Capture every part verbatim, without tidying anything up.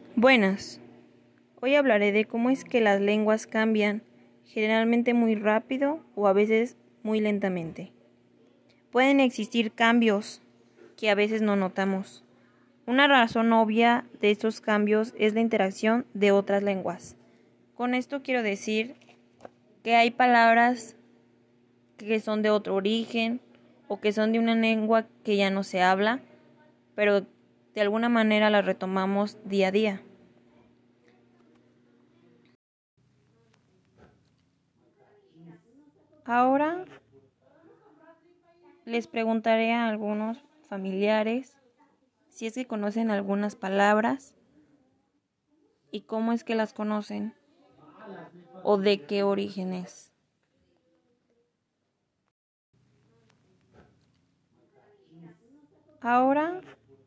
Buenas, hoy hablaré de cómo es que las lenguas cambian, generalmente muy rápido o a veces muy lentamente. Pueden existir cambios que a veces no notamos. Una razón obvia de estos cambios es la interacción de otras lenguas. Con esto quiero decir que hay palabras que son de otro origen o que son de una lengua que ya no se habla, pero de alguna manera las retomamos día a día. Ahora les preguntaré a algunos familiares si es que conocen algunas palabras y cómo es que las conocen o de qué origen es. Ahora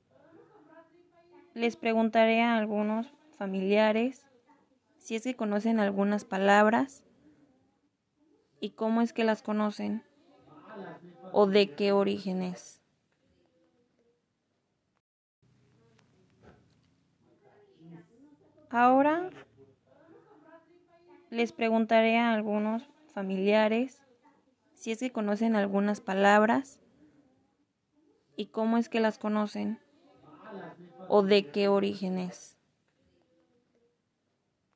les preguntaré a algunos familiares si es que conocen algunas palabras y cómo es que las conocen o de qué origen es. Ahora les preguntaré a algunos familiares si es que conocen algunas palabras y cómo es que las conocen o de qué origen es.